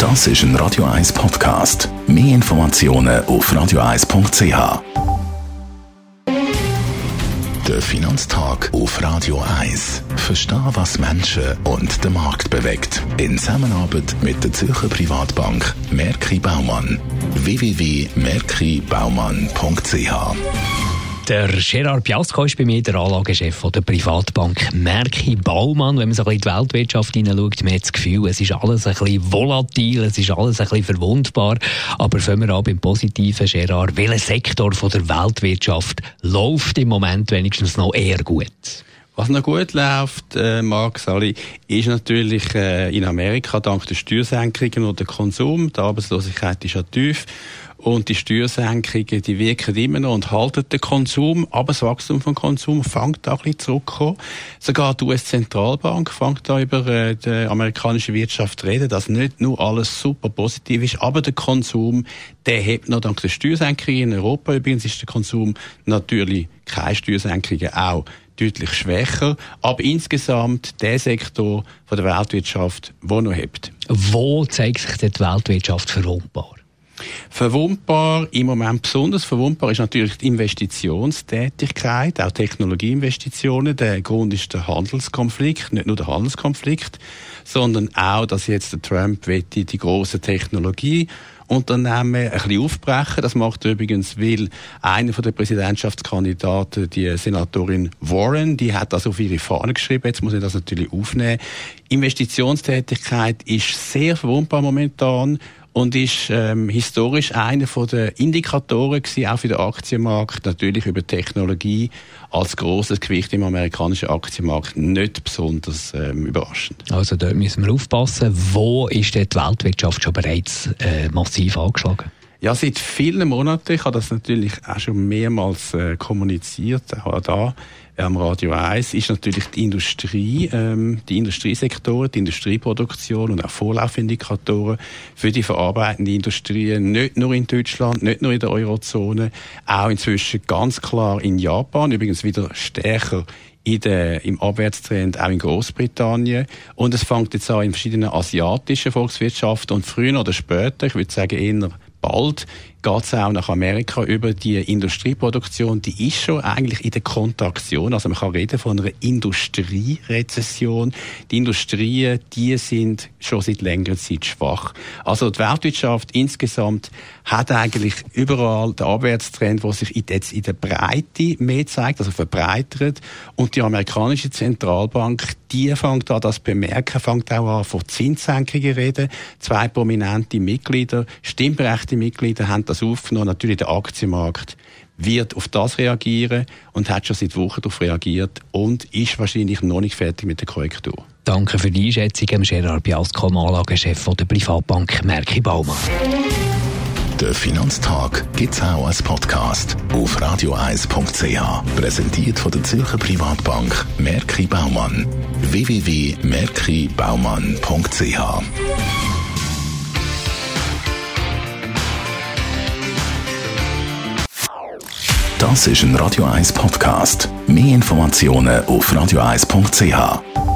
Das ist ein Radio 1 Podcast. Mehr Informationen auf radio1.ch. Der Finanztag auf Radio 1. Verstehen, was Menschen und den Markt bewegt. In Zusammenarbeit mit der Zürcher Privatbank Merki Baumann. www.merkibaumann.ch. Der Gerard Biasco ist bei mir der Anlagechef der Privatbank Merki Baumann. Wenn man so ein bisschen in die Weltwirtschaft hineinschaut, man hat das Gefühl, es ist alles ein bisschen volatil, es ist alles ein bisschen verwundbar. Aber fangen wir an beim Positiven, Gerard. Welcher Sektor von der Weltwirtschaft läuft im Moment wenigstens noch eher gut? Was noch gut läuft, Marc Sali, ist natürlich in Amerika dank der Steuersenkungen und der Konsum. Die Arbeitslosigkeit ist ja tief. Und die Steuersenkungen, die wirken immer noch und halten den Konsum. Aber das Wachstum vom Konsum fängt auch ein bisschen zurückzukommen. Sogar die US-Zentralbank fängt da über die amerikanische Wirtschaft zu reden, dass nicht nur alles super positiv ist, aber der Konsum, der hebt noch dank der Steuersenkungen. In Europa übrigens ist der Konsum natürlich keine Steuersenkungen, auch deutlich schwächer. Aber insgesamt der Sektor von der Weltwirtschaft, der noch hebt. Wo zeigt sich die Weltwirtschaft verwundbar? Verwundbar, im Moment besonders verwundbar ist natürlich die Investitionstätigkeit, auch Technologieinvestitionen. Der Grund ist der Handelskonflikt, nicht nur der Handelskonflikt, sondern auch, dass jetzt der Trump die grossen Technologieunternehmen ein bisschen aufbrechen. Das macht er übrigens, weil einer der Präsidentschaftskandidaten, die Senatorin Warren, die hat das auf ihre Fahne geschrieben. Jetzt muss ich das natürlich aufnehmen. Investitionstätigkeit ist sehr verwundbar momentan. Und ist historisch einer der Indikatoren gewesen, auch für den Aktienmarkt, natürlich über Technologie als grosses Gewicht im amerikanischen Aktienmarkt nicht besonders überraschend. Also dort müssen wir aufpassen. Wo ist die Weltwirtschaft schon bereits massiv angeschlagen? Ja, seit vielen Monaten. Ich habe das natürlich auch schon mehrmals kommuniziert, auch da am Radio 1, ist natürlich die Industrie, die Industriesektoren, die Industrieproduktion und auch Vorlaufindikatoren für die verarbeitende Industrie, nicht nur in Deutschland, nicht nur in der Eurozone, auch inzwischen ganz klar in Japan, übrigens wieder stärker im Abwärtstrend auch in Großbritannien. Und es fängt jetzt an in verschiedenen asiatischen Volkswirtschaften und früher oder später, ich würde sagen eher bald, geht es auch nach Amerika über die Industrieproduktion. Die ist schon eigentlich in der Kontraktion. Also man kann reden von einer Industrierezession. Die Industrien, die sind schon seit längerer Zeit schwach. Also die Weltwirtschaft insgesamt hat eigentlich überall den Abwärtstrend, der sich jetzt in der Breite mehr zeigt, also verbreitert. Und die amerikanische Zentralbank, die fängt an, das bemerken, fängt auch an, von Zinssenkungen reden. 2 prominente Mitglieder, stimmberechtigte Mitglieder, haben das aufgenommen. Natürlich der Aktienmarkt wird auf das reagieren und hat schon seit Wochen darauf reagiert und ist wahrscheinlich noch nicht fertig mit der Korrektur. Danke für die Einschätzung, Gerard Biasco, Anlagechef der Privatbank Merki Baumann. Der Finanztag gibt es auch als Podcast auf radio1.ch. Präsentiert von der Zürcher Privatbank Merki Baumann. www.merkibaumann.ch. Das ist ein Radio 1 Podcast. Mehr Informationen auf radio1.ch.